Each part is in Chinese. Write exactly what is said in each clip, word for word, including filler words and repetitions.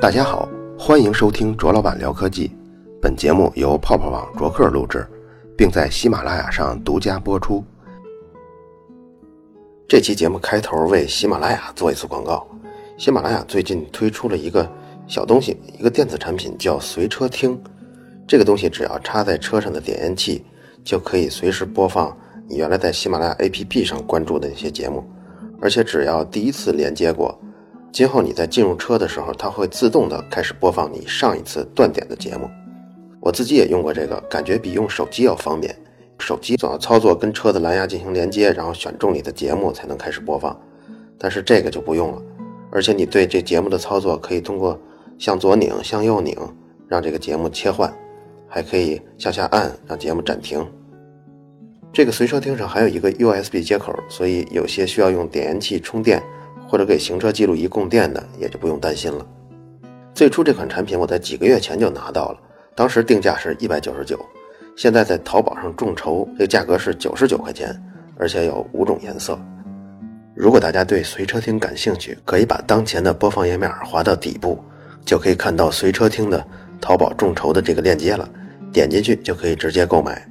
大家好，欢迎收听卓老板聊科技。本节目由泡泡网卓克录制，并在喜马拉雅上独家播出。这期节目开头为喜马拉雅做一次广告。喜马拉雅最近推出了一个小东西，一个电子产品叫随车听。这个东西只要插在车上的点烟器，就可以随时播放你原来在喜马拉雅 A P P 上关注的那些节目，而且只要第一次连接过，今后你在进入车的时候，它会自动的开始播放你上一次断点的节目。我自己也用过这个，感觉比用手机要方便。手机总要操作跟车的蓝牙进行连接，然后选中你的节目才能开始播放，但是这个就不用了。而且你对这节目的操作可以通过向左拧向右拧让这个节目切换，还可以向下按让节目暂停。这个随车听上还有一个 U S B 接口，所以有些需要用点烟器充电或者给行车记录仪供电的也就不用担心了。最初这款产品我在几个月前就拿到了，当时定价是一百九十九，现在在淘宝上众筹，这个价格是九十九块钱，而且有五种颜色。如果大家对随车听感兴趣，可以把当前的播放页面滑到底部，就可以看到随车听的淘宝众筹的这个链接了，点进去就可以直接购买。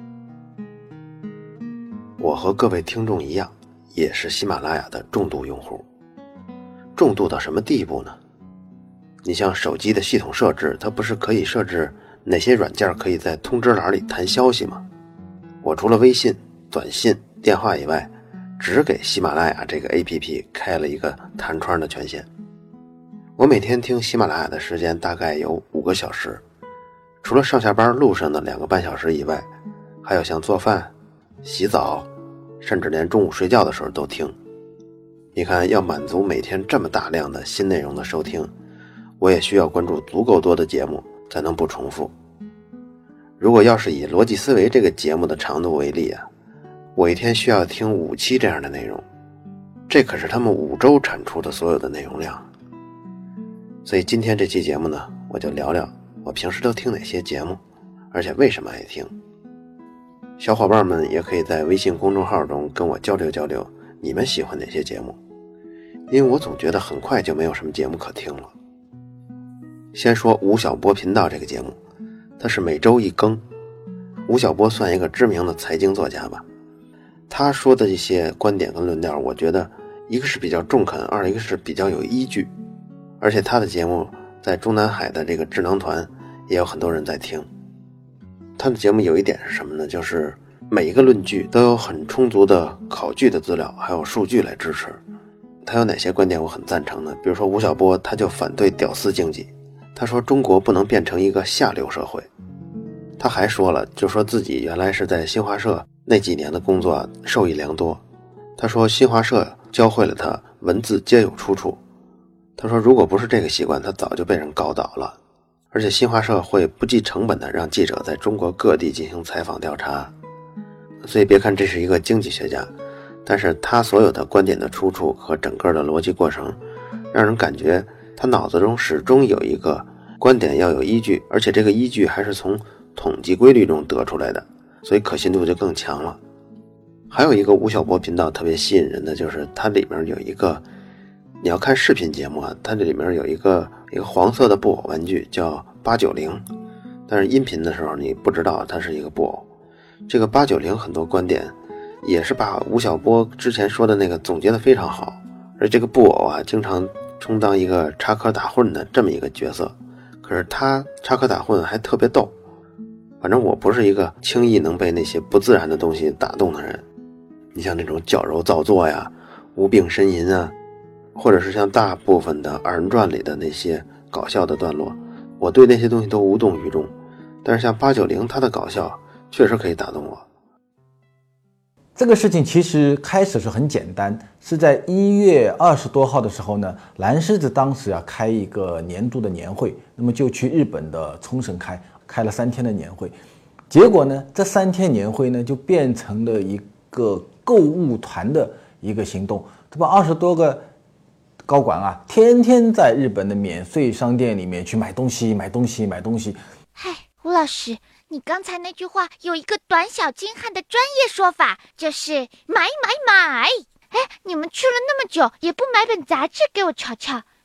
我和各位听众一样，也是喜马拉雅的重度用户。重度到什么地步呢？你像手机的系统设置，它不是可以设置哪些软件可以在通知栏里弹消息吗？我除了微信、短信、电话以外，只给喜马拉雅这个 A P P 开了一个弹窗的权限。我每天听喜马拉雅的时间大概有五个小时，除了上下班路上的两个半小时以外，还有像做饭、洗澡，甚至连中午睡觉的时候都听。你看，要满足每天这么大量的新内容的收听，我也需要关注足够多的节目才能不重复。如果要是以逻辑思维这个节目的长度为例啊，我一天需要听五期这样的内容，这可是他们五周产出的所有的内容量。所以今天这期节目呢，我就聊聊我平时都听哪些节目，而且为什么爱听。小伙伴们也可以在微信公众号中跟我交流交流，你们喜欢哪些节目？因为我总觉得很快就没有什么节目可听了。先说吴晓波频道这个节目，它是每周一更。吴晓波算一个知名的财经作家吧，他说的一些观点跟论调，我觉得一个是比较中肯，二一个是比较有依据。而且他的节目在中南海的这个智囊团也有很多人在听。他的节目有一点是什么呢？就是每一个论据都有很充足的考据的资料，还有数据来支持。他有哪些观点我很赞成呢？比如说吴晓波他就反对屌丝经济，他说中国不能变成一个下流社会。他还说了，就说自己原来是在新华社那几年的工作受益良多。他说新华社教会了他文字皆有出处。他说如果不是这个习惯，他早就被人搞倒了。而且新华社会不计成本的让记者在中国各地进行采访调查。所以别看这是一个经济学家，但是他所有的观点的出处和整个的逻辑过程，让人感觉他脑子中始终有一个观点要有依据，而且这个依据还是从统计规律中得出来的，所以可信度就更强了。还有一个吴晓波频道特别吸引人的，就是它里面有一个，你要看视频节目啊，它这里面有一个一个黄色的布偶玩具叫八九零，但是音频的时候你不知道它是一个布偶。这个八九零很多观点也是把吴晓波之前说的那个总结得非常好，而这个布偶啊经常充当一个插科打诨的这么一个角色，可是他插科打诨还特别逗。反正我不是一个轻易能被那些不自然的东西打动的人。你像那种矫揉造作呀、无病呻吟啊，或者是像大部分的二人转里的那些搞笑的段落，我对那些东西都无动于衷。但是像八九零他的搞笑确实可以打动我。 这个事情其实开始是很简单，是在一月二十多号的时候呢，蓝狮子当时要开一个年度的年会，那么就去日本的冲绳开开了三天的年会。结果呢，这三天年会呢就变成了一个购物团的一个行动，这不二十多个高管啊，天天在日本的免税商店里面去买东西买东西买东西。 嗨，吴老师，你刚才那句话有一个短小精悍的专业说法，就是买买买。哎，你们去了那么久也不买本杂志给我瞧瞧，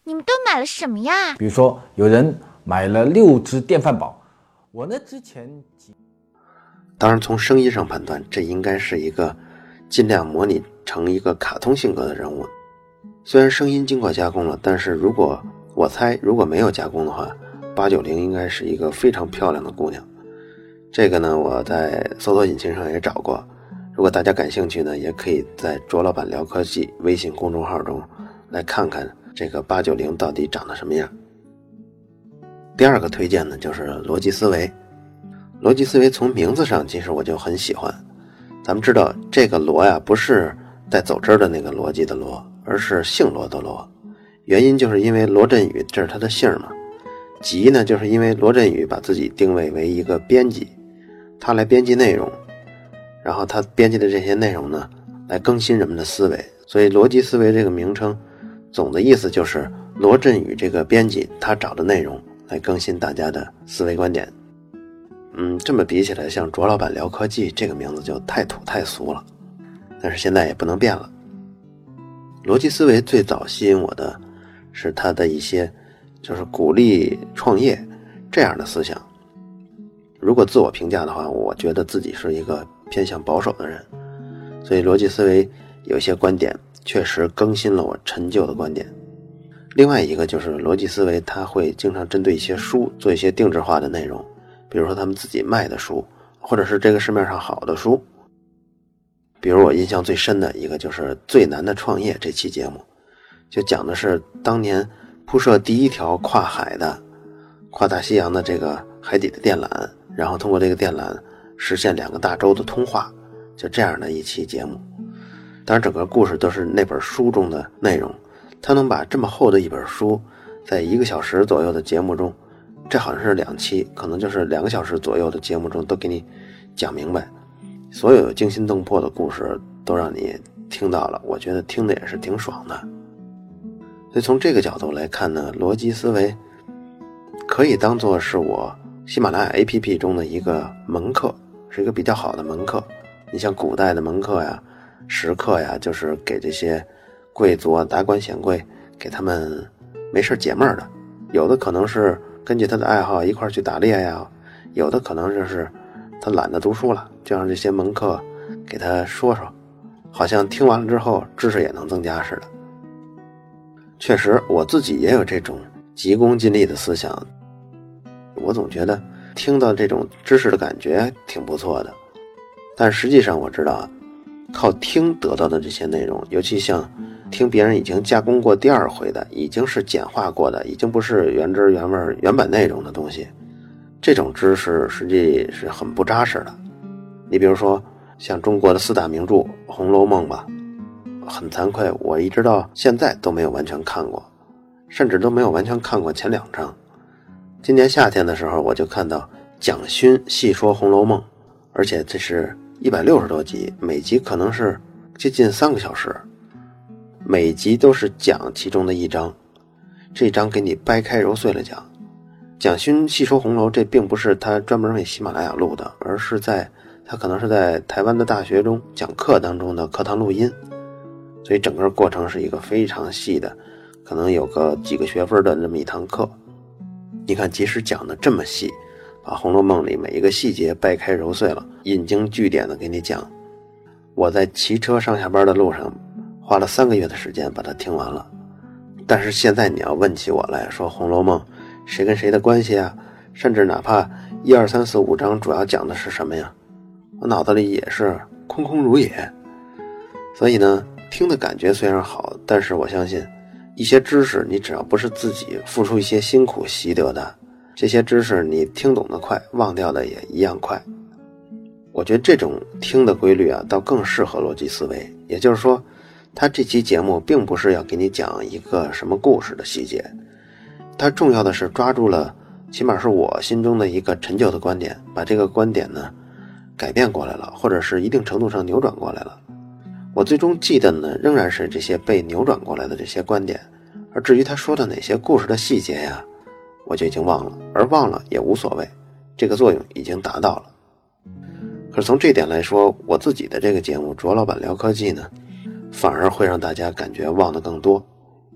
你们都买了什么呀？ 比如说有人买了六只电饭煲，我呢之前当然从声音上判断，这应该是一个尽量模拟成一个卡通性格的人物。虽然声音经过加工了，但是如果我猜如果没有加工的话，八九零应该是一个非常漂亮的姑娘。这个呢我在搜索引擎上也找过，如果大家感兴趣呢，也可以在卓老板聊科技微信公众号中来看看这个八九零到底长得什么样。第二个推荐呢就是逻辑思维。逻辑思维从名字上其实我就很喜欢。咱们知道这个罗呀不是带走之的那个逻辑的罗，而是姓罗的罗。原因就是因为罗振宇这是他的姓嘛。辑呢就是因为罗振宇把自己定位为一个编辑，他来编辑内容，然后他编辑的这些内容呢来更新人们的思维，所以逻辑思维这个名称总的意思就是罗振宇这个编辑他找的内容来更新大家的思维观点。嗯，这么比起来，像卓老板聊科技这个名字就太土太俗了，但是现在也不能变了。逻辑思维最早吸引我的是他的一些就是鼓励创业这样的思想。如果自我评价的话，我觉得自己是一个偏向保守的人，所以逻辑思维有一些观点确实更新了我陈旧的观点。另外一个就是逻辑思维他会经常针对一些书做一些定制化的内容，比如说他们自己卖的书，或者是这个市面上好的书。比如我印象最深的一个就是最难的创业这期节目，就讲的是当年铺设第一条跨海的跨大西洋的这个海底的电缆，然后通过这个电缆实现两个大洲的通话，就这样的一期节目。当然整个故事都是那本书中的内容，他能把这么厚的一本书在一个小时左右的节目中，这好像是两期，可能就是两个小时左右的节目中都给你讲明白，所有惊心动魄的故事都让你听到了，我觉得听的也是挺爽的。所以从这个角度来看呢，逻辑思维可以当作是我喜马拉雅 A P P 中的一个门课，是一个比较好的门课。你像古代的门课呀、时课呀，就是给这些贵族啊、达官显贵，给他们没事解闷的。有的可能是根据他的爱好一块去打猎呀，有的可能就是他懒得读书了，就让这些门课给他说说，好像听完了之后知识也能增加似的。确实我自己也有这种急功近利的思想，我总觉得听到这种知识的感觉挺不错的，但实际上我知道靠听得到的这些内容，尤其像听别人已经加工过第二回的，已经是简化过的，已经不是原汁原味原版内容的东西，这种知识实际是很不扎实的。你比如说像中国的四大名著《红楼梦》吧，很惭愧，我一直到现在都没有完全看过，甚至都没有完全看过前两章。今年夏天的时候我就看到蒋勋细说《红楼梦》，而且这是一百六十多集，每集可能是接近三个小时，每集都是讲其中的一章，这一章给你掰开揉碎了讲。蒋勋细说红楼，这并不是他专门为喜马拉雅录的，而是在他可能是在台湾的大学中讲课当中的课堂录音，所以整个过程是一个非常细的，可能有个几个学分的这么一堂课。你看即使讲的这么细，把红楼梦里每一个细节掰开揉碎了，引经据典的给你讲，我在骑车上下班的路上花了三个月的时间把它听完了。但是现在你要问起我来说红楼梦谁跟谁的关系啊，甚至哪怕一二三四五章主要讲的是什么呀，我脑子里也是空空如也。所以呢，听的感觉虽然好，但是我相信一些知识你只要不是自己付出一些辛苦习得的，这些知识你听懂的快，忘掉的也一样快。我觉得这种听的规律啊，倒更适合逻辑思维。也就是说，他这期节目并不是要给你讲一个什么故事的细节，它重要的是抓住了起码是我心中的一个陈旧的观点，把这个观点呢改变过来了，或者是一定程度上扭转过来了。我最终记得呢仍然是这些被扭转过来的这些观点，而至于他说的哪些故事的细节呀，我就已经忘了，而忘了也无所谓，这个作用已经达到了。可是从这点来说，我自己的这个节目卓老板聊科技呢，反而会让大家感觉忘得更多，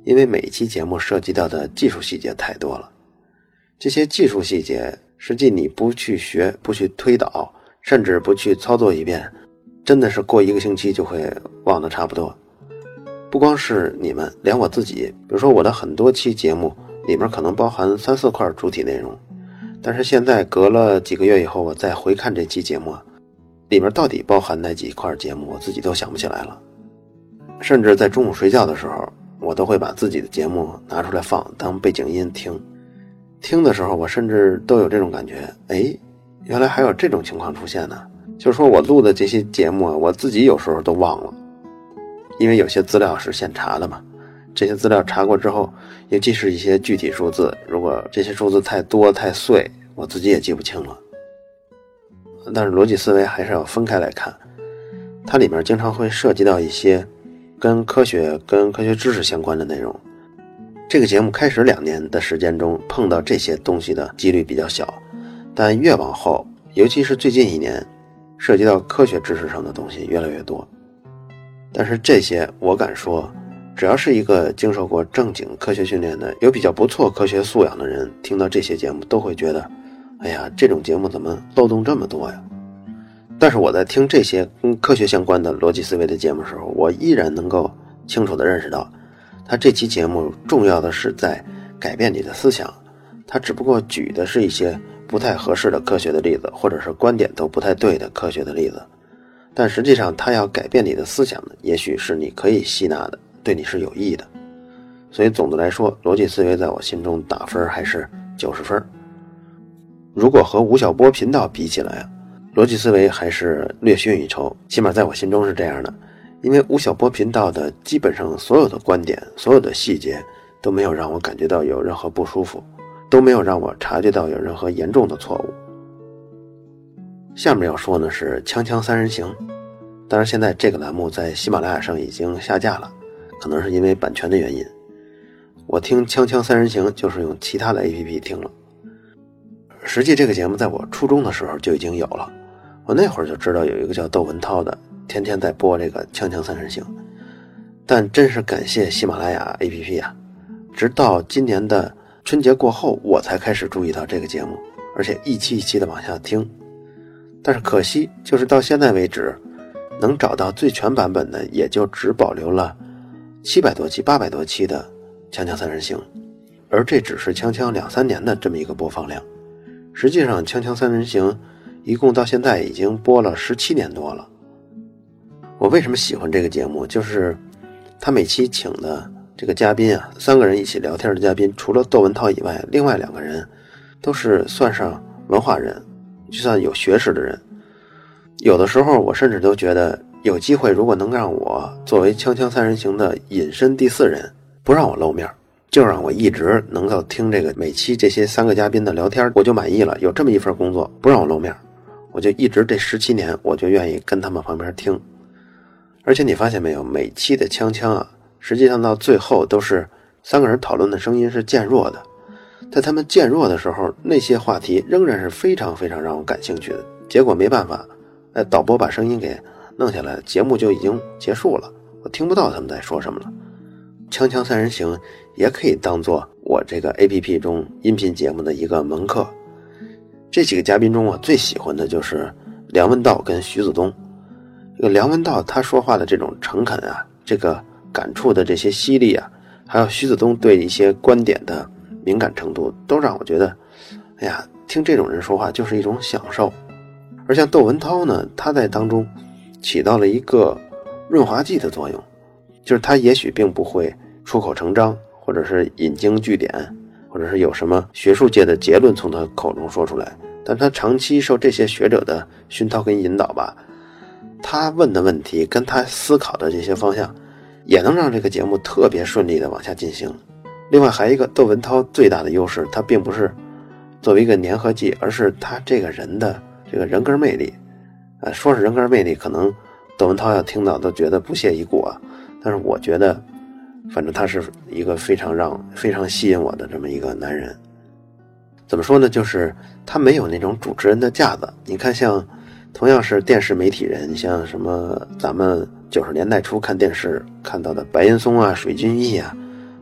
因为每一期节目涉及到的技术细节太多了。这些技术细节，实际你不去学，不去推导，甚至不去操作一遍，真的是过一个星期就会忘得差不多。不光是你们，连我自己，比如说我的很多期节目里面可能包含三四块主体内容，但是现在隔了几个月以后，我再回看这期节目，里面到底包含哪几块节目，我自己都想不起来了。甚至在中午睡觉的时候，我都会把自己的节目拿出来放当背景音听。听的时候我甚至都有这种感觉，哎，原来还有这种情况出现呢。就是说我录的这些节目我自己有时候都忘了，因为有些资料是现查的嘛，这些资料查过之后，尤其是一些具体数字，如果这些数字太多太碎，我自己也记不清了。但是逻辑思维还是要分开来看，它里面经常会涉及到一些跟科学跟科学知识相关的内容。这个节目开始两年的时间中碰到这些东西的几率比较小，但越往后，尤其是最近一年，涉及到科学知识上的东西越来越多。但是这些我敢说，只要是一个经受过正经科学训练的，有比较不错科学素养的人，听到这些节目都会觉得，哎呀，这种节目怎么漏洞这么多呀？但是我在听这些跟科学相关的逻辑思维的节目的时候，我依然能够清楚地认识到，他这期节目重要的是在改变你的思想，他只不过举的是一些不太合适的科学的例子，或者是观点都不太对的科学的例子，但实际上他要改变你的思想呢，也许是你可以吸纳的，对你是有益的。所以总的来说，逻辑思维在我心中打分还是九十分。如果和吴晓波频道比起来啊，逻辑思维还是略逊一筹，起码在我心中是这样的。因为吴晓波频道的基本上所有的观点，所有的细节都没有让我感觉到有任何不舒服，都没有让我察觉到有任何严重的错误。下面要说呢是锵锵三人行，当然现在这个栏目在喜马拉雅上已经下架了，可能是因为版权的原因。我听锵锵三人行就是用其他的 A P P 听了。实际这个节目在我初中的时候就已经有了，我那会儿就知道有一个叫窦文涛的，天天在播这个锵锵三人行。但真是感谢喜马拉雅 A P P 啊，直到今年的春节过后我才开始注意到这个节目，而且一期一期的往下听。但是可惜就是到现在为止，能找到最全版本的也就只保留了七百多期八百多期的锵锵三人行，而这只是锵锵两三年的这么一个播放量。实际上锵锵三人行一共到现在已经播了十七年多了。我为什么喜欢这个节目，就是他每期请的这个嘉宾啊，三个人一起聊天的嘉宾，除了窦文涛以外，另外两个人都是算上文化人，就算有学识的人。有的时候我甚至都觉得有机会，如果能让我作为锵锵三人行的隐身第四人，不让我露面，就让我一直能够听这个每期这些三个嘉宾的聊天，我就满意了。有这么一份工作，不让我露面，我就一直这十七年我就愿意跟他们旁边听。而且你发现没有，每期的锵锵啊，实际上到最后都是三个人讨论的声音是渐弱的，在他们渐弱的时候，那些话题仍然是非常非常让我感兴趣的。结果没办法，呃，导播把声音给弄下来，节目就已经结束了，我听不到他们在说什么了。锵锵三人行也可以当做我这个 A P P 中音频节目的一个门课。这几个嘉宾中我最喜欢的就是梁文道跟徐子东。这个梁文道他说话的这种诚恳啊，这个感触的这些犀利啊，还有徐子东对一些观点的敏感程度，都让我觉得，哎呀，听这种人说话就是一种享受。而像窦文涛呢，他在当中起到了一个润滑剂的作用，就是他也许并不会出口成章，或者是引经据典，或者是有什么学术界的结论从他口中说出来，但他长期受这些学者的熏陶跟引导吧，他问的问题跟他思考的这些方向也能让这个节目特别顺利的往下进行。另外还有一个窦文涛最大的优势，他并不是作为一个粘合剂，而是他这个人的这个人格魅力。呃，说是人格魅力，可能窦文涛要听到都觉得不屑一顾啊，但是我觉得反正他是一个非常让非常吸引我的这么一个男人。怎么说呢，就是他没有那种主持人的架子。你看像同样是电视媒体人，像什么咱们九十年代初看电视看到的白岩松啊、水均益啊，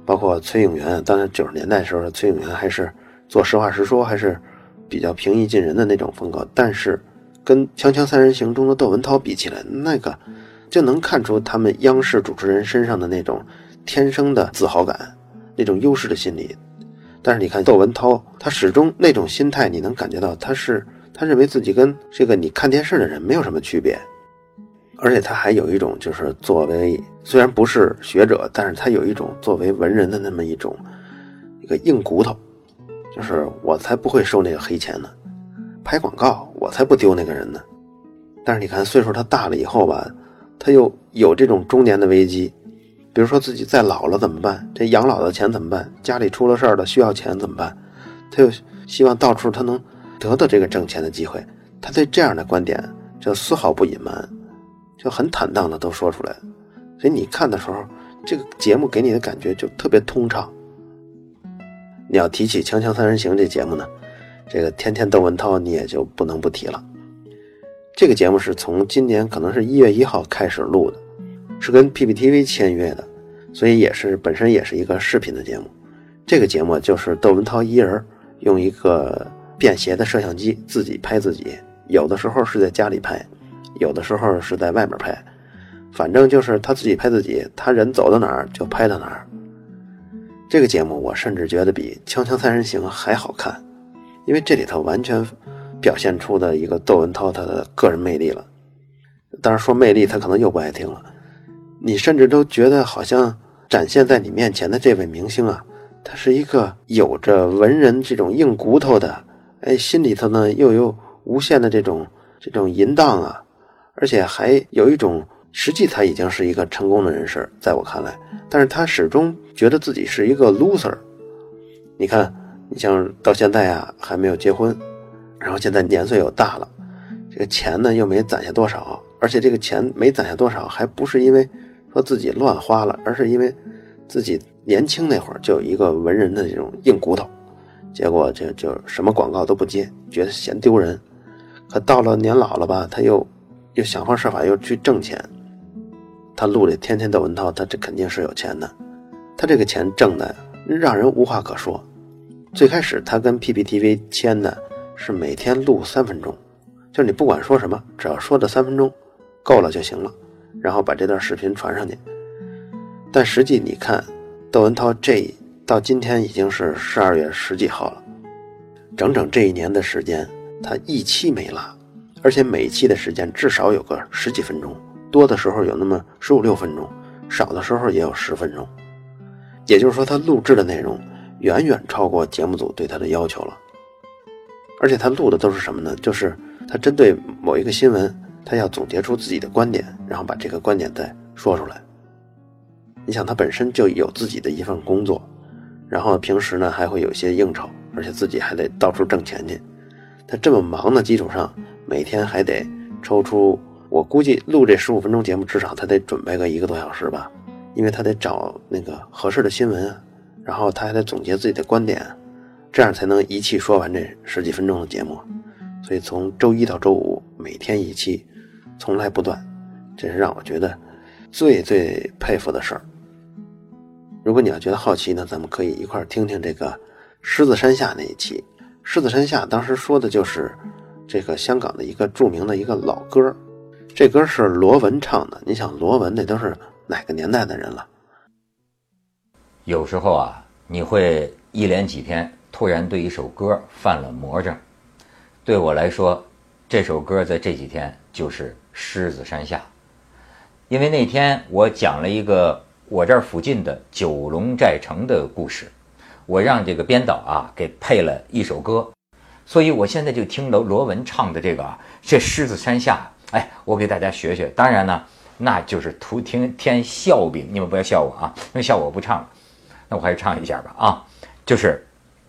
包括崔永元，当然九十年代的时候崔永元还是做实话实说，还是比较平易近人的那种风格，但是跟《锵锵三人行》中的窦文涛比起来，那个就能看出他们央视主持人身上的那种天生的自豪感，那种优势的心理。但是你看窦文涛，他始终那种心态，你能感觉到他是他认为自己跟这个你看电视的人没有什么区别，而且他还有一种就是作为虽然不是学者，但是他有一种作为文人的那么一种一个硬骨头，就是我才不会收那个黑钱呢，拍广告我才不丢那个人呢。但是你看岁数他大了以后吧，他又有这种中年的危机，比如说自己再老了怎么办，这养老的钱怎么办，家里出了事儿了需要钱怎么办，他又希望到处他能得到这个挣钱的机会，他对这样的观点就丝毫不隐瞒，就很坦荡的都说出来。所以你看的时候，这个节目给你的感觉就特别通畅。你要提起《锵锵三人行》这节目呢，这个天天窦文涛你也就不能不提了。这个节目是从今年可能是一月一号开始录的，是跟 P P T V 签约的，所以也是本身也是一个视频的节目。这个节目就是窦文涛一人用一个便携的摄像机自己拍自己，有的时候是在家里拍，有的时候是在外面拍，反正就是他自己拍自己，他人走到哪儿就拍到哪儿。这个节目我甚至觉得比《锵锵三人行》还好看，因为这里头完全表现出的一个窦文涛他的个人魅力了。当然说魅力他可能又不爱听了，你甚至都觉得好像展现在你面前的这位明星啊，他是一个有着文人这种硬骨头的，哎，心里头呢又有无限的这种这种淫荡啊，而且还有一种实际他已经是一个成功的人士，在我看来，但是他始终觉得自己是一个 loser。 你看你像到现在啊还没有结婚，然后现在年岁又大了，这个钱呢又没攒下多少，而且这个钱没攒下多少还不是因为说自己乱花了，而是因为自己年轻那会儿就有一个文人的这种硬骨头，结果就就什么广告都不接，觉得嫌丢人。可到了年老了吧，他又又想方设法又去挣钱。他录的天天窦文涛，他这肯定是有钱的，他这个钱挣的让人无话可说。最开始他跟 P P T V 签的是每天录三分钟，就是你不管说什么，只要说的三分钟够了就行了，然后把这段视频传上去。但实际你看窦文涛这到今天已经是十二月十几号了，整整这一年的时间他一期没落，而且每期的时间至少有个十几分钟，多的时候有那么十五六分钟，少的时候也有十分钟。也就是说他录制的内容远远超过节目组对他的要求了。而且他录的都是什么呢，就是他针对某一个新闻，他要总结出自己的观点，然后把这个观点再说出来。你想他本身就有自己的一份工作，然后平时呢还会有一些应酬，而且自己还得到处挣钱去。他这么忙的基础上，每天还得抽出，我估计录这十五分钟节目至少他得准备个一个多小时吧，因为他得找那个合适的新闻啊，然后他还得总结自己的观点，这样才能一气说完这十几分钟的节目。所以从周一到周五每天一期，从来不断，这是让我觉得最最佩服的事儿。如果你要觉得好奇呢，咱们可以一块儿听听这个狮子山下那一期。狮子山下当时说的就是这个香港的一个著名的一个老歌，这歌是罗文唱的。你想罗文那都是哪个年代的人了？ 有时候啊，你会一连几天突然对一首歌犯了魔怔。对我来说，这首歌在这几天就是《狮子山下》，因为那天我讲了一个我这儿附近的九龙寨城的故事，我让这个编导啊给配了一首歌，所以我现在就听罗罗文唱的这个啊，这狮子山下，哎，我给大家学学。当然呢，那就是图听添笑柄，你们不要笑我啊，因为笑我不唱了，那我还是唱一下吧啊，就是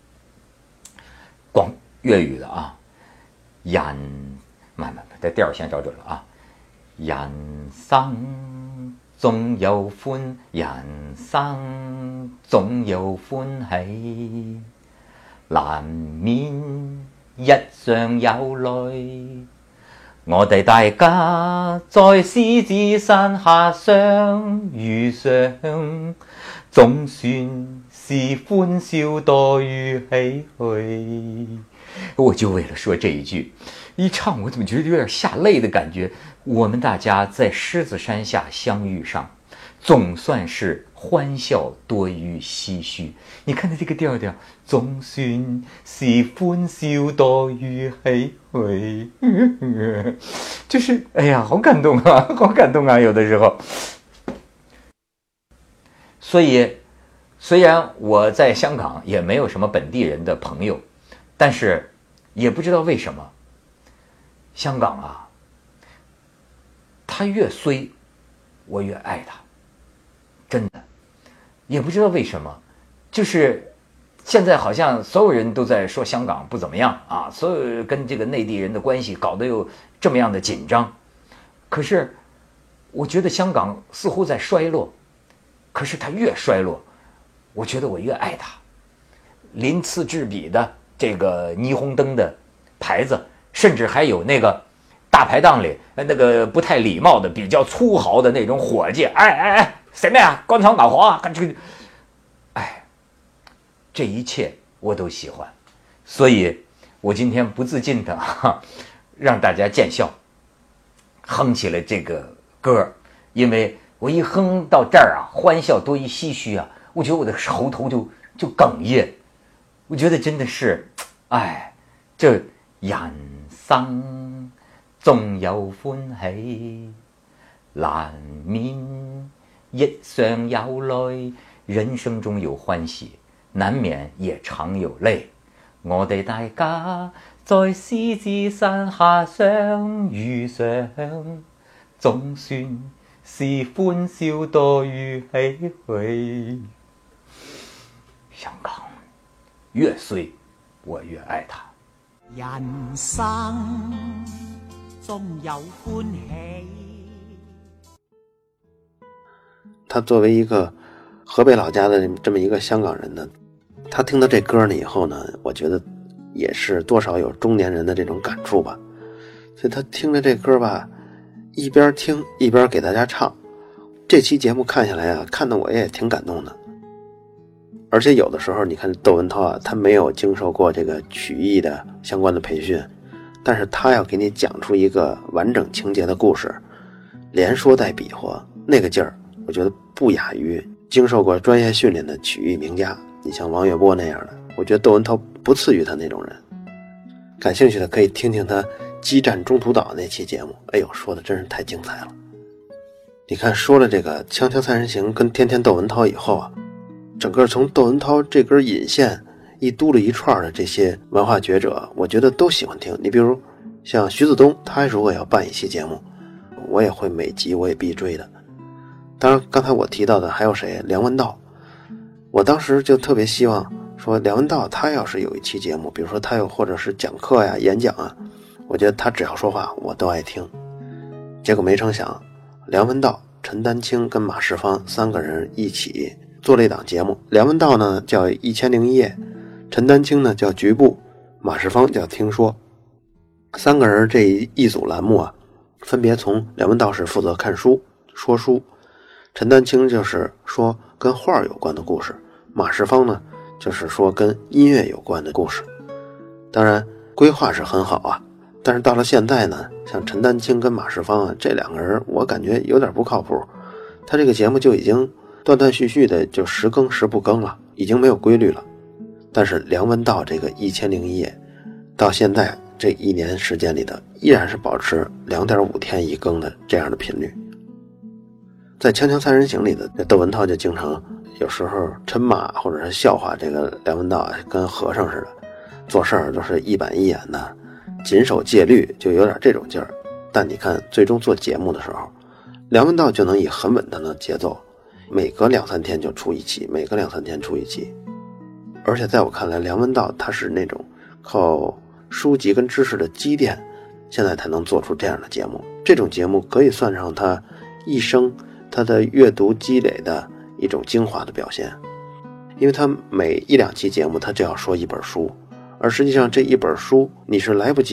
广粤语的啊，人，慢慢慢，这调先找准了啊，人生總有歡，人生總有歡喜，難免日常有淚， 我哋大家在獅子山下相遇上，總算是歡笑多於唏噓。我就為了說這一句，一唱我怎麼覺得有點下淚的感覺。我們大家在獅子山下相遇上，總算是歡笑多於唏噓。你看它這個調調，總算是歡笑多於唏噓，就是哎呀，好感動啊，好感動啊，有的時候。所以雖然我在香港也沒有什麼本地人的朋友，但是也不知道為什麼香港啊，他越衰我越愛他，真的也不知道為什麼，就是現在好像所有人都在說香港不怎麼樣啊，所有跟這個內地人的關係搞得又這麼樣的緊張，可是我覺得香港似乎在衰落，可是它越衰落我覺得我越愛它。鳞次栉比的這個霓虹燈的牌子，甚至還有那個大排檔裡那個不太禮貌的比較粗豪的那種夥計，哎哎哎，什麼呀，乾炒脑黃啊，這個哎，這一切我都喜歡，所以我今天不自禁的哈讓大家見笑，哼起了這個歌，因為我一哼到這兒啊，歡笑多於唏噓啊，我覺得我的喉頭就就哽咽，我覺得真的是，哎，這人生總有歡喜，難免亦常有淚，人生中有歡喜，難免也常有淚。我哋大家在獅子山下相遇上，總算是歡笑多於唏噓。香港越衰我越愛它。 人生總有歡喜。 他作為一個河北老家的這麼一個香港人呢，他聽到這歌呢以後呢，我覺得也是多少有中年人的這種感觸吧。所以他聽着這歌吧，一邊聽一邊給大家唱。這期節目看下來啊，看得我也挺感動的。而且有的時候你看窦文涛啊，他沒有經受過這個曲藝的相關的培訓，但是他要給你講出一個完整情節的故事，連說帶比劃，那個勁兒我覺得不亞於經受過專業訓練的曲藝名家。你像王月波那樣的，我覺得窦文涛不次於他那種人。感興趣的可以聽聽他激戰中途島那期節目，哎呦，說的真是太精彩了。你看說了這個锵锵三人行跟天天竇文涛以後啊，整個從竇文涛這根引線一嘟了一串的這些文化學者，我覺得都喜歡聽。你比如像徐子東，他如果要辦一期節目，我也會每集我也必追的。當然剛才我提到的還有誰，梁文道，我當時就特別希望說梁文道他要是有一期節目，比如說他有或者是講課呀演講啊，我覺得他只要說話我都愛聽。結果沒成想梁文道、陳丹青跟馬世芳三個人一起做了一檔節目，梁文道呢叫一千零一夜，陳丹青呢叫局部，馬世芳叫聽說。三個人這一組欄目啊，分別從梁文道是負責看書說書，陳丹青就是說跟畫有關的故事，馬世芳呢就是說跟音樂有關的故事。當然規劃是很好啊，但是到了現在呢，像陳丹青跟馬世芳啊這兩個人我感覺有點不靠譜，他這個節目就已經斷斷續續的就時更時不更了，已經沒有規律了。但是梁文道這個一千零一夜到現在這一年時間裡的依然是保持兩點五天一更的這樣的頻率。在锵锵三人行裡的竇文涛就經常有時候嗔罵或者是笑話這個梁文道跟和尚似的，做事兒都是一板一眼的，謹守戒律，就有點這種勁兒。但你看最終做節目的時候，梁文道就能以很穩當的節奏，每隔兩三天就出一期，每隔兩三天出一期。而且在我看來，梁文道他是那種靠書籍跟知識的積澱，現在才能做出這樣的節目。這種節目可以算上他一生他的閱讀積累的一種精華的表現，因為他每一兩期節目他就要說一本書，而實際上這一本書你是來不及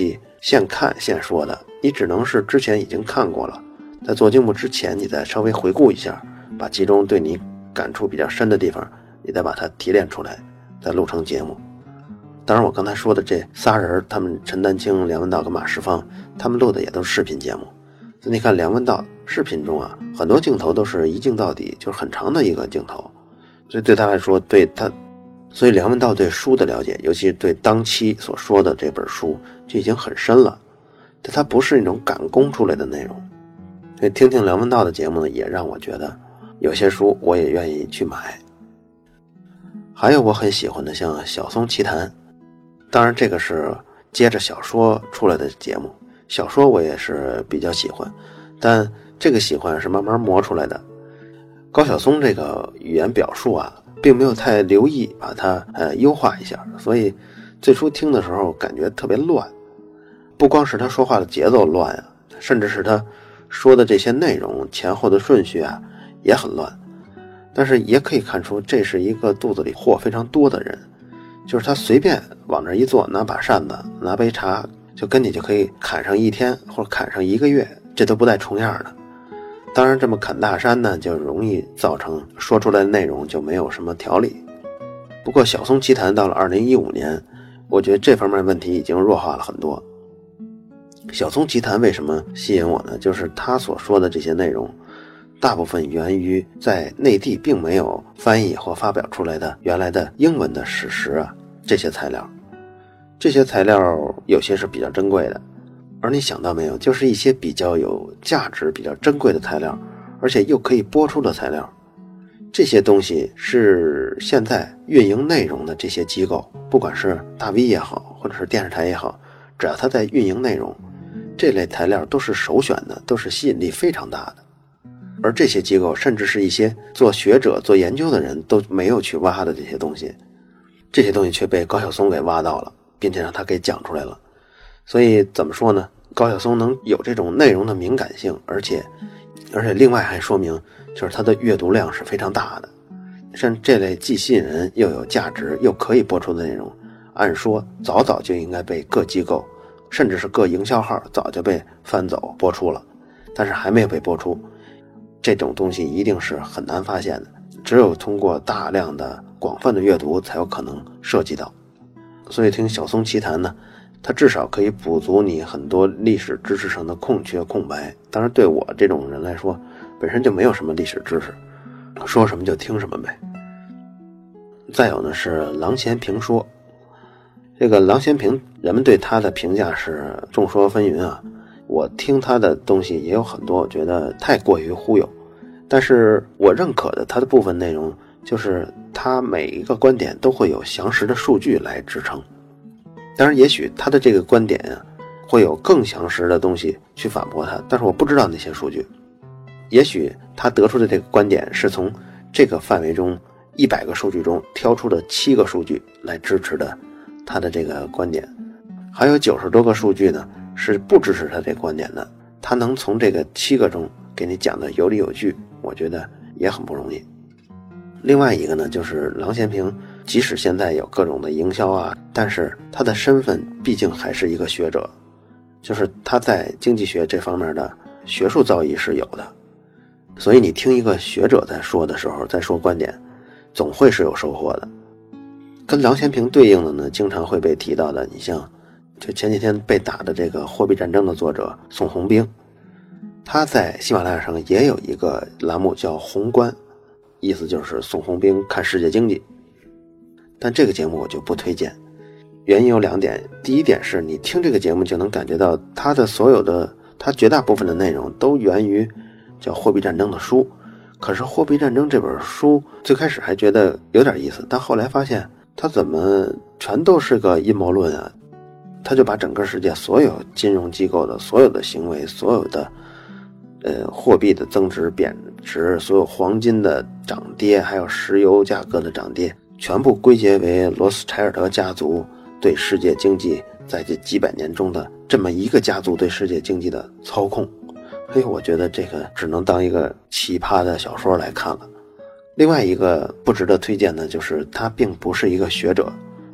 现看现说的，你只能是之前已经看过了，在做节目之前你再稍微回顾一下，把其中对你感触比较深的地方你再把它提炼出来，再录成节目。当然我刚才说的这仨人，他们陈丹青、梁文道跟马世芳，他们录的也都是视频节目。所以你看梁文道视频中啊，很多镜头都是一镜到底，就是很长的一个镜头，所以对他来说，对他所以梁文道对书的了解，尤其是对当期所说的这本书就已经很深了，但他不是那种赶工出来的内容。所以听听梁文道的节目呢，也让我觉得有些书我也愿意去买。还有我很喜欢的像小松奇谈，当然这个是接着小说出来的节目，小说我也是比较喜欢，但这个喜欢是慢慢磨出来的。高晓松这个语言表述啊，并没有太留意把它呃优化一下，所以最初听的时候感觉特别乱。不光是他说话的节奏乱啊，甚至是他说的这些内容前后的顺序啊也很乱。但是也可以看出这是一个肚子里货非常多的人，就是他随便往这一坐，拿把扇子拿杯茶就跟你就可以砍上一天或者砍上一个月，这都不带重样的。当然这么砍大山呢，就容易造成说出来的内容就没有什么条理。不过小松奇谈到了二零一五年，我觉得这方面问题已经弱化了很多。小松奇谈为什么吸引我呢？就是他所说的这些内容大部分源于在内地并没有翻译或发表出来的原来的英文的史实啊，这些材料这些材料有些是比较珍贵的，而你想到没有，就是一些比较有价值比较珍贵的材料，而且又可以播出的材料。这些东西是现在运营内容的这些机构，不管是大 V 也好或者是电视台也好，只要他在运营内容，这类材料都是首选的，都是吸引力非常大的。而这些机构甚至是一些做学者做研究的人都没有去挖的这些东西，这些东西却被高晓松给挖到了，并且让他给讲出来了。所以怎么说呢，高晓松能有这种内容的敏感性，而且而且另外还说明就是他的阅读量是非常大的。像这类既吸引人又有价值又可以播出的内容，按说早早就应该被各机构甚至是各营销号早就被翻走播出了，但是还没有被播出。这种东西一定是很难发现的，只有通过大量的广泛的阅读才有可能涉及到。所以听小松奇谈呢，它至少可以补足你很多历史知识上的空缺空白。当然对我这种人来说，本身就没有什么历史知识，说什么就听什么呗。再有呢是郎咸平说，这个郎咸平人们对他的评价是众说纷纭啊。我听他的东西也有很多我觉得太过于忽悠，但是我认可的他的部分内容就是他每一个观点都会有详实的数据来支撑。当然也许他的这个观点啊会有更详实的东西去反驳他，但是我不知道那些数据。也许他得出的这个观点是从这个范围中一百个数据中挑出的七个数据来支持的他的这个观点，还有九十多个数据呢是不支持他这个观点的。他能从这个七个中给你讲的有理有据，我觉得也很不容易。另外一个呢，就是郎咸平即使现在有各种的营销啊，但是他的身份毕竟还是一个学者，就是他在经济学这方面的学术造诣是有的。所以你听一个学者在说的时候，在说观点，总会是有收获的。跟郎咸平对应的呢，经常会被提到的，你像就前几天被打的这个货币战争的作者宋鸿兵，他在喜马拉雅上也有一个栏目叫宏观，意思就是宋鸿兵看世界经济。但这个节目我就不推荐，原因有两点。第一点是你听这个节目就能感觉到他的所有的他绝大部分的内容都源于叫货币战争的书，可是货币战争这本书最开始还觉得有点意思，但后来发现它怎么全都是个阴谋论啊。他就把整个世界所有金融机构的所有的行为，所有的呃货币的增值贬值，所有黄金的涨跌，还有石油价格的涨跌，全部归结为罗斯柴尔德家族对世界经济在这几百年中的这么一个家族对世界经济的操控。所以我觉得这个只能当一个奇葩的小说来看了。另外一个不值得推荐的就是他并不是一个学者，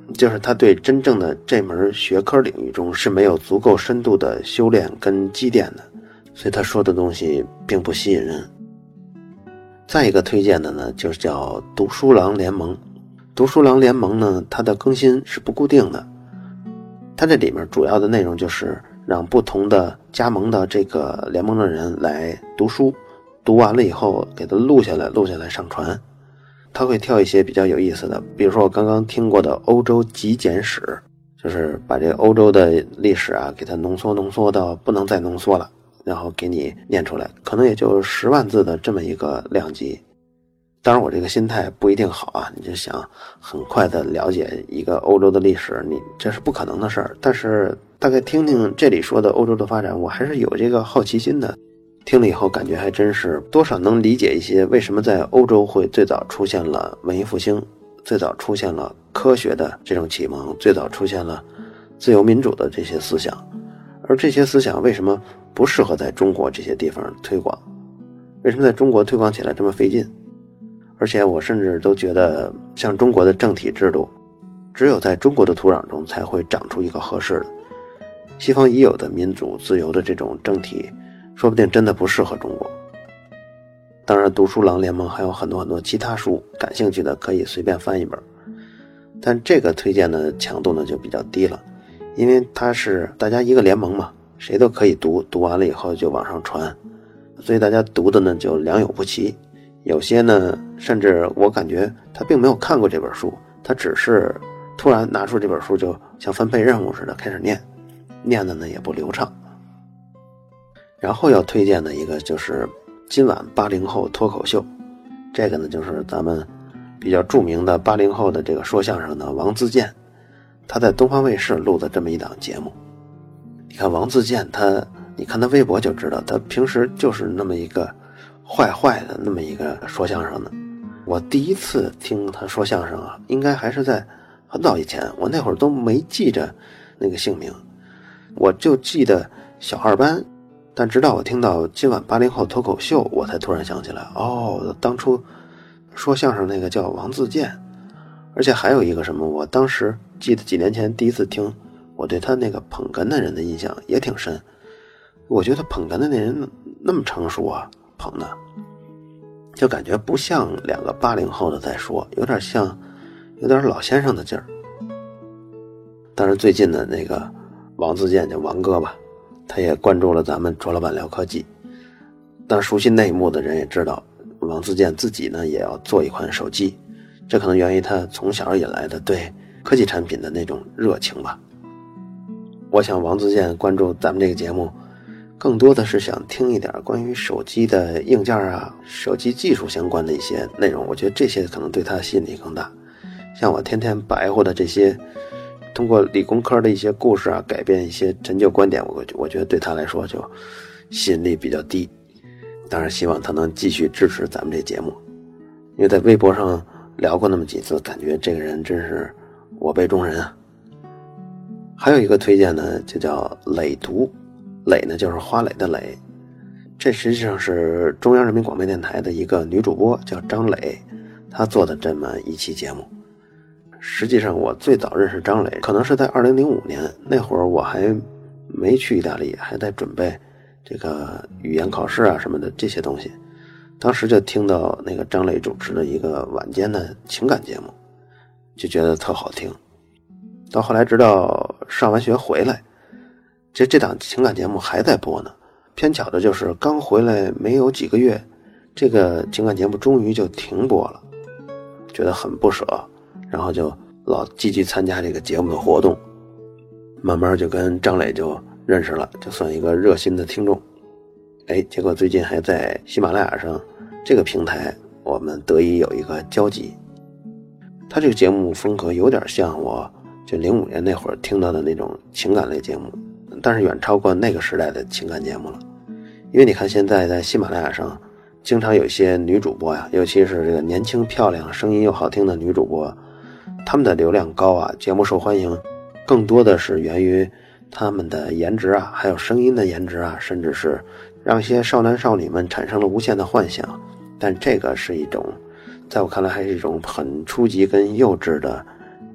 就是他对真正的这门学科领域中是没有足够深度的修炼跟积淀的，所以他说的东西并不吸引人。再一个推荐的呢，就是叫读书郎联盟。读书郎联盟呢，它的更新是不固定的，它这里面主要的内容就是让不同的加盟的这个联盟的人来读书，读完了以后给它录下来录下来上传。他会挑一些比较有意思的，比如说我刚刚听过的欧洲极简史，就是把这个欧洲的历史啊给它浓缩浓缩到不能再浓缩了，然后给你念出来，可能也就十万字的这么一个量级。当然我这个心态不一定好啊，你就想很快的了解一个欧洲的历史，你这是不可能的事儿。但是大概听听这里说的欧洲的发展，我还是有这个好奇心的。听了以后感觉还真是多少能理解一些为什么在欧洲会最早出现了文艺复兴，最早出现了科学的这种启蒙，最早出现了自由民主的这些思想，而这些思想为什么不适合在中国这些地方推广，为什么在中国推广起来这么费劲。而且我甚至都觉得像中国的政体制度只有在中国的土壤中才会长出一个合适的，西方已有的民主自由的这种政体说不定真的不适合中国。当然读书郎联盟还有很多很多其他书，感兴趣的可以随便翻一本，但这个推荐的强度呢就比较低了，因为它是大家一个联盟嘛，谁都可以读，读完了以后就往上传，所以大家读的呢就良莠不齐。有些呢甚至我感觉他并没有看过这本书，他只是突然拿出这本书就像分配任务似的开始念，念的呢也不流畅。然后要推荐的一个就是今晚八零后脱口秀，这个呢就是咱们比较著名的八零后的这个说相声的王自健，他在东方卫视录的这么一档节目。你看王自健他，你看他微博就知道，他平时就是那么一个坏坏的那么一个说相声的。我第一次听他说相声啊，应该还是在很早以前，我那会儿都没记着那个姓名，我就记得小二班。但直到我听到今晚八零后脱口秀，我才突然想起来，哦，当初说相声那个叫王自健。而且还有一个什么，我当时记得几年前第一次听，我对他那个捧哏的人的印象也挺深。我觉得捧哏的那人那么成熟啊，捧的就感觉不像两个八零后的在说，有点像有点老先生的劲儿。当然最近的那个王自健叫王哥吧，他也关注了咱们卓老板聊科技。但熟悉内幕的人也知道，王自健自己呢也要做一款手机，这可能源于他从小引来的对科技产品的那种热情吧。我想王自健关注咱们这个节目，更多的是想听一点关于手机的硬件啊、手机技术相关的一些内容，我觉得这些可能对他吸引力更大。像我天天白活的这些通过理工科的一些故事啊，改变一些陈旧观点，我我觉得对他来说就吸引力比较低。当然希望他能继续支持咱们这节目，因为在微博上聊过那么几次，感觉这个人真是我辈中人啊。还有一个推荐呢，就叫磊读，磊呢就是花蕾的蕾，这实际上是中央人民广播电台的一个女主播叫张磊，她做的这么一期节目。实际上我最早认识张磊可能是在二零零五年，那会儿我还没去意大利，还在准备这个语言考试啊什么的这些东西，当时就听到那个张磊主持的一个晚间的情感节目，就觉得特好听。到后来直到上完学回来，其实这档情感节目还在播呢，偏巧的就是刚回来没有几个月，这个情感节目终于就停播了，觉得很不舍，然后就老积极参加这个节目的活动，慢慢就跟张磊就认识了，就算一个热心的听众。哎，结果最近还在喜马拉雅上这个平台我们得以有一个交集。他这个节目风格有点像我就零五年那会儿听到的那种情感类节目，但是远超过那个时代的情感节目了。因为你看现在在喜马拉雅上经常有一些女主播呀，尤其是这个年轻漂亮声音又好听的女主播，她们的流量高啊，节目受欢迎，更多的是源于她们的颜值啊，还有声音的颜值啊，甚至是让一些少男少女们产生了无限的幻想。但这个是一种在我看来还是一种很初级跟幼稚的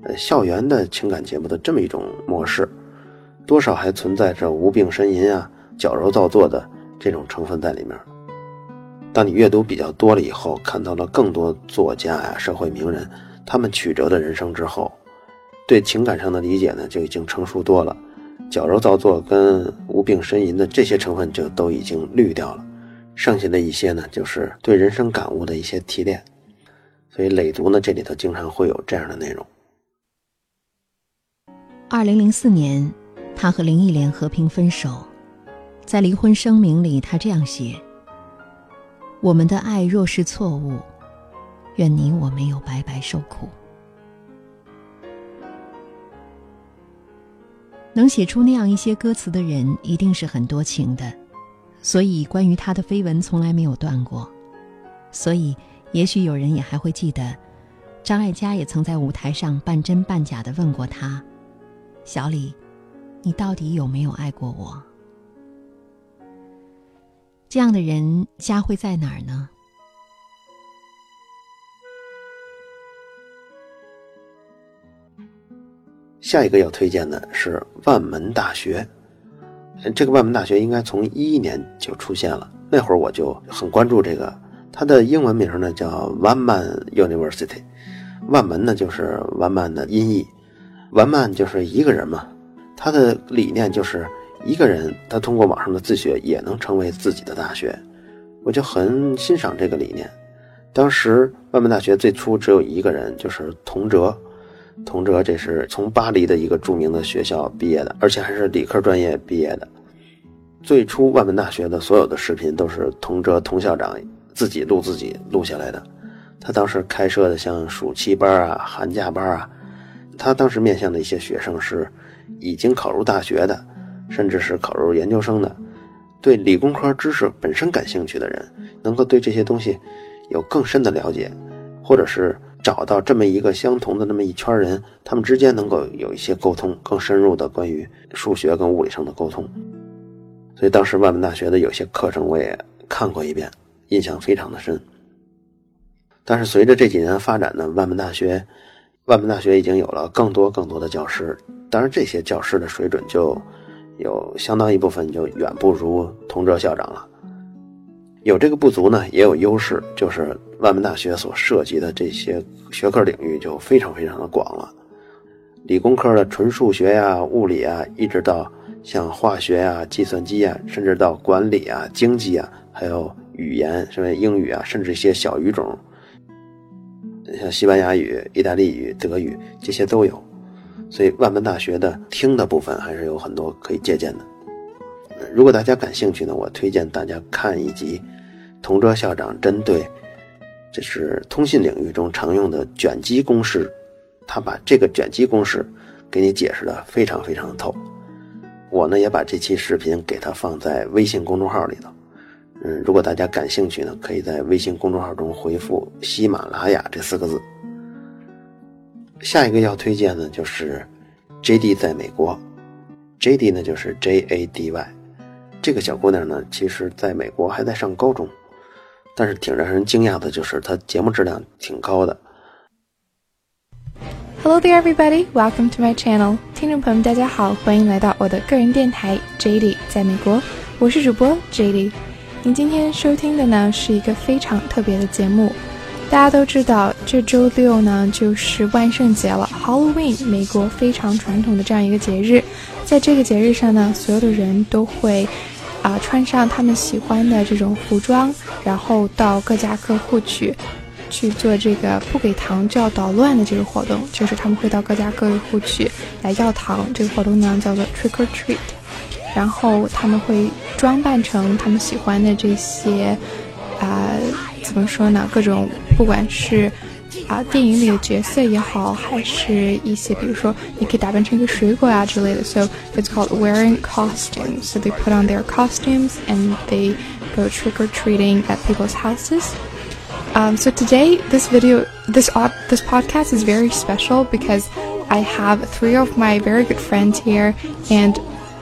呃校园的情感节目的这么一种模式，多少还存在着无病呻吟啊、矫揉造作的这种成分在里面。当你阅读比较多了以后，看到了更多作家呀、社会名人他们曲折的人生之后，对情感上的理解呢就已经成熟多了，矫揉造作跟无病呻吟的这些成分就都已经滤掉了，剩下的一些呢就是对人生感悟的一些提炼。所以累读呢这里头经常会有这样的内容。 二零零四年，他和林忆莲和平分手，在离婚声明里他这样写：我们的爱若是错误，愿你我没有白白受苦。能写出那样一些歌词的人一定是很多情的，所以关于他的绯闻从来没有断过。所以也许有人也还会记得，张艾嘉也曾在舞台上半真半假地问过他：小李，你到底有没有爱过我？这样的人家会在哪儿呢？ 下一个要推荐的是万门大学。这个万门大学应该从一一年就出现了，那会儿我就很关注这个。它的英文名呢叫 One Man University， 万门呢就是完满的音译，完满就是一个人嘛。它的理念就是一个人他通过网上的自学也能成为自己的大学，我就很欣赏这个理念。当时万门大学最初只有一个人，就是童哲。童哲这是从巴黎的一个著名的学校毕业的，而且还是理科专业毕业的。最初万门大学的所有的视频都是童哲童校长自己录自己录下来的。他当时开设的像暑期班啊、寒假班啊，他当时面向的一些学生是已经考入大学的，甚至是考入研究生的，对理工科知识本身感兴趣的人，能够对这些东西有更深的了解，或者是找到这么一个相同的那么一圈人，他们之间能够有一些沟通，更深入的关于数学跟物理上的沟通。所以当时万门大学的有些课程我也看过一遍，印象非常的深。但是随着这几年发展呢，万门大学万门大学已经有了更多更多的教师，当然这些教师的水准就有相当一部分就远不如童哲校长了。有这个不足呢，也有优势，就是万门大学所涉及的这些学科领域就非常非常的广了。理工科的纯数学呀、物理啊，一直到像化学啊、计算机啊，甚至到管理啊、经济啊，还有语言，什么英语啊，甚至一些小语种，像西班牙语、意大利语、德语，这些都有。所以万门大学的听的部分还是有很多可以借鉴的。如果大家感兴趣呢，我推荐大家看一集童哲校长针对这是通信领域中常用的卷积公式，他把这个卷积公式给你解释的非常非常的透。我呢也把这期视频给它放在微信公众号里头。嗯，如果大家感兴趣呢，可以在微信公众号中回复喜马拉雅这四个字。下一个要推荐的就是 J D 在美国。 J D 呢就是 J A D Y， 这个小姑娘呢其实在美国还在上高中，但是挺让人惊讶的就是她节目质量挺高的。 Hello there everybody, welcome to my channel. 听众朋友们大家好，欢迎来到我的个人电台 J D 在美国，我是主播 J D。 您今天收听的呢是一个非常特别的节目。大家都知道这周六呢就是万圣节了， Halloween， 美国非常传统的这样一个节日。在这个节日上呢，所有的人都会啊、呃、穿上他们喜欢的这种服装，然后到各家各户去去做这个不给糖就要捣乱的这个活动，就是他们会到各家各户去来要糖。这个活动呢叫做 Trick or Treat， 然后他们会装扮成他们喜欢的这些啊、呃、怎么说呢，各种不管是啊、呃、电影里的角色也好，还是一些比如说你可以打扮成一个水果啊之类的。 So it's called wearing costumes. So they put on their costumes and they go trick or treating at people's houses.Um, so today, this video, this this podcast is very special because I have three of my very good friends here, and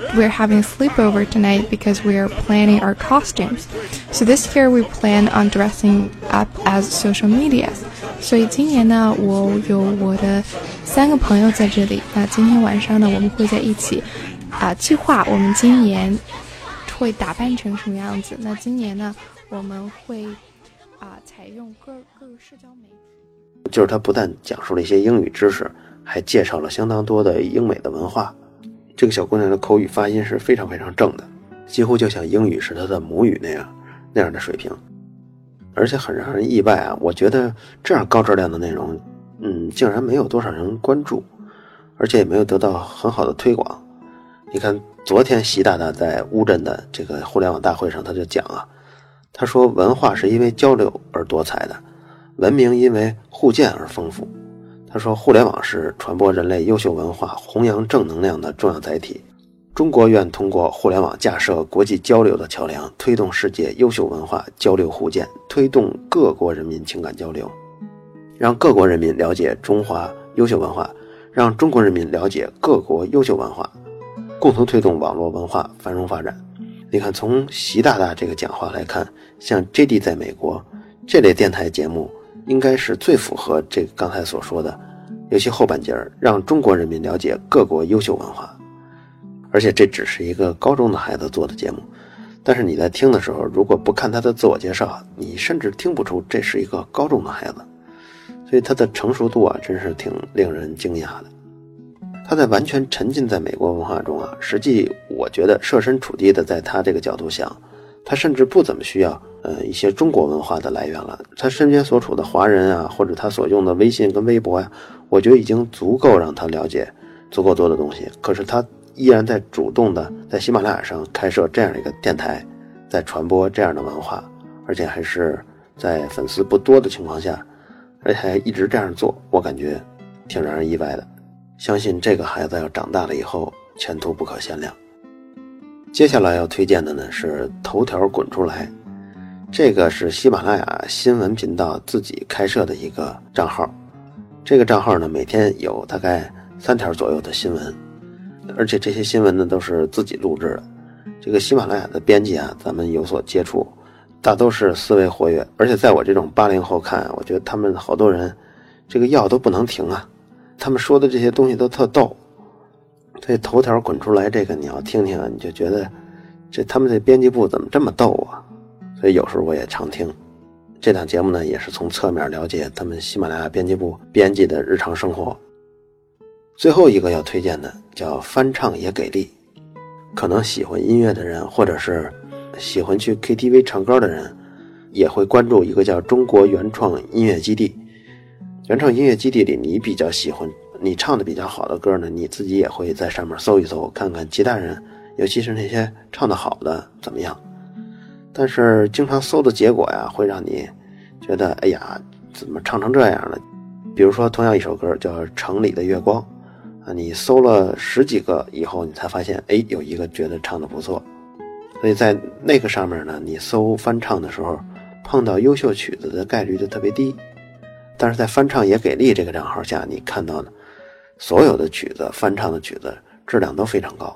we're having a sleepover tonight because we are planning our costumes. So this year we plan on dressing up as social media. 所以今年呢，我有我的三个朋友在这里。那今天晚上呢，我们会在一起啊、呃、计划我们今年会打扮成什么样子。那今年呢，我们会啊、呃、采用各各个社交媒体。 就是他不但讲述了一些英语知识，还介绍了相当多的英美的文化。这个小姑娘的口语发音是非常非常正的，几乎就像英语是她的母语那样那样的水平。而且很让人意外啊，我觉得这样高质量的内容嗯，竟然没有多少人关注，而且也没有得到很好的推广。你看昨天习大大在乌镇的这个互联网大会上，他就讲啊，他说文化是因为交流而多彩的，文明因为互鉴而丰富。他说互联网是传播人类优秀文化、弘扬正能量的重要载体。中国愿通过互联网架设国际交流的桥梁，推动世界优秀文化交流互鉴，推动各国人民情感交流，让各国人民了解中华优秀文化，让中国人民了解各国优秀文化，共同推动网络文化繁荣发展。你看从习大大这个讲话来看，像 J D 在美国这类电台节目应该是最符合这个刚才所说的，尤其后半截儿，让中国人民了解各国优秀文化。而且这只是一个高中的孩子做的节目，但是你在听的时候，如果不看他的自我介绍，你甚至听不出这是一个高中的孩子。所以他的成熟度啊，真是挺令人惊讶的。他在完全沉浸在美国文化中啊，实际我觉得设身处地的在他这个角度想，他甚至不怎么需要呃一些中国文化的来源了。他身边所处的华人啊，或者他所用的微信跟微博呀、啊，我觉得已经足够让他了解足够多的东西。可是他依然在主动的在喜马拉雅上开设这样的一个电台，在传播这样的文化，而且还是在粉丝不多的情况下，而且还一直这样做，我感觉挺让人意外的。相信这个孩子要长大了以后前途不可限量。接下来要推荐的呢是头条滚出来，这个是喜马拉雅新闻频道自己开设的一个账号。这个账号呢每天有大概三条左右的新闻，而且这些新闻呢都是自己录制的。这个喜马拉雅的编辑啊，咱们有所接触，大都是思维活跃，而且在我这种八零后看，我觉得他们好多人这个药都不能停啊，他们说的这些东西都特逗。所以头条滚出来这个你要听听，你就觉得这他们这编辑部怎么这么逗啊。所以有时候我也常听这档节目呢，也是从侧面了解他们喜马拉雅编辑部编辑的日常生活。最后一个要推荐的叫翻唱也给力，可能喜欢音乐的人，或者是喜欢去 K T V 唱歌的人，也会关注一个叫中国原创音乐基地。原创音乐基地里，你比较喜欢你唱的比较好的歌呢，你自己也会在上面搜一搜，看看其他人，尤其是那些唱得好的怎么样。但是经常搜的结果呀，会让你觉得哎呀怎么唱成这样了。比如说同样一首歌叫城里的月光啊，你搜了十几个以后，你才发现哎有一个觉得唱得不错。所以在那个上面呢，你搜翻唱的时候碰到优秀曲子的概率就特别低。但是在翻唱也给力这个账号下，你看到的所有的曲子翻唱的曲子质量都非常高。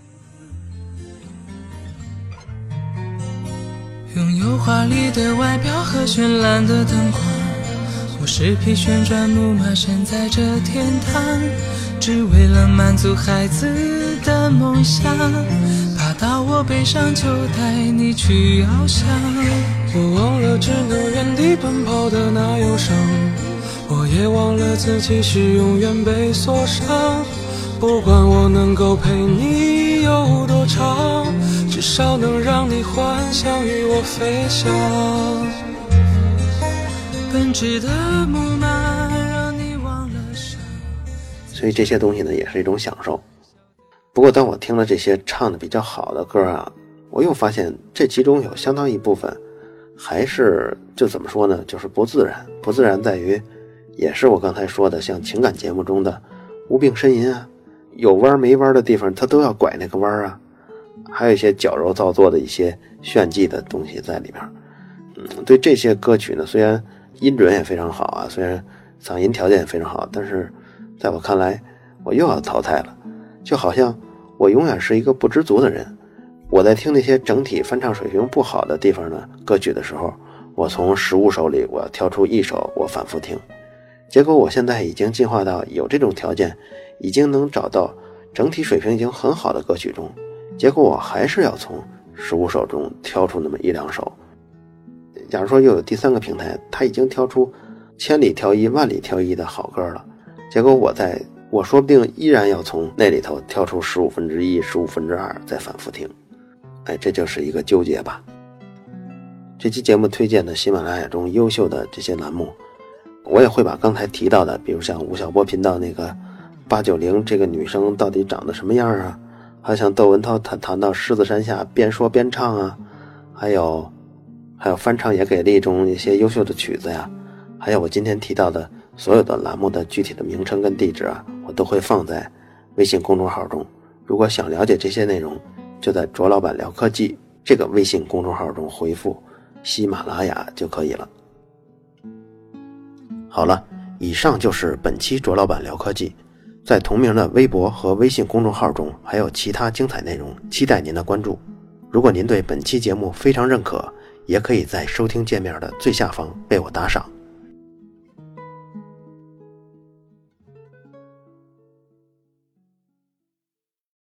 拥有华丽的外表和绚烂的灯光，我是匹旋转木马身在这天堂，只为了满足孩子的梦想，爬到我背上就带你去翱翔。我忘了只能原地奔跑的那忧伤，我也忘了自己是永远被锁上。不管我能够陪你有多长，至少能让你幻想与我飞翔。奔驰的木马让你忘了伤。 所以这些东西呢也是一种享受。不过当我听了这些唱的比较好的歌啊，我又发现这其中有相当一部分还是就怎么说呢，就是不自然。不自然在于也是我刚才说的像情感节目中的无病呻吟啊，有弯没弯的地方他都要拐那个弯啊，还有一些矫揉造作的一些炫技的东西在里面。嗯，对这些歌曲呢，虽然音准也非常好啊，虽然嗓音条件也非常好，但是在我看来我又要淘汰了。就好像我永远是一个不知足的人。我在听那些整体翻唱水平不好的地方的歌曲的时候，我从十五首里我要挑出一首我反复听，结果我现在已经进化到有这种条件，已经能找到整体水平已经很好的歌曲中，结果我还是要从十五首中挑出那么一两首。假如说又有第三个平台，他已经挑出千里挑一万里挑一的好歌了，结果我在我说不定依然要从那里头挑出十五分之一十五分之二再反复听。哎，这就是一个纠结吧。这期节目推荐的喜马拉雅中优秀的这些栏目，我也会把刚才提到的，比如像吴晓波频道那个八九零这个女生到底长得什么样啊，还有像窦文涛谈谈到狮子山下边说边唱啊，还有还有翻唱也给力中一些优秀的曲子呀，还有我今天提到的所有的栏目的具体的名称跟地址啊，我都会放在微信公众号中。如果想了解这些内容，就在卓老板聊科技这个微信公众号中回复喜马拉雅就可以了。好了，以上就是本期卓老板聊科技。在同名的微博和微信公众号中还有其他精彩内容，期待您的关注。如果您对本期节目非常认可，也可以在收听界面的最下方为我打赏，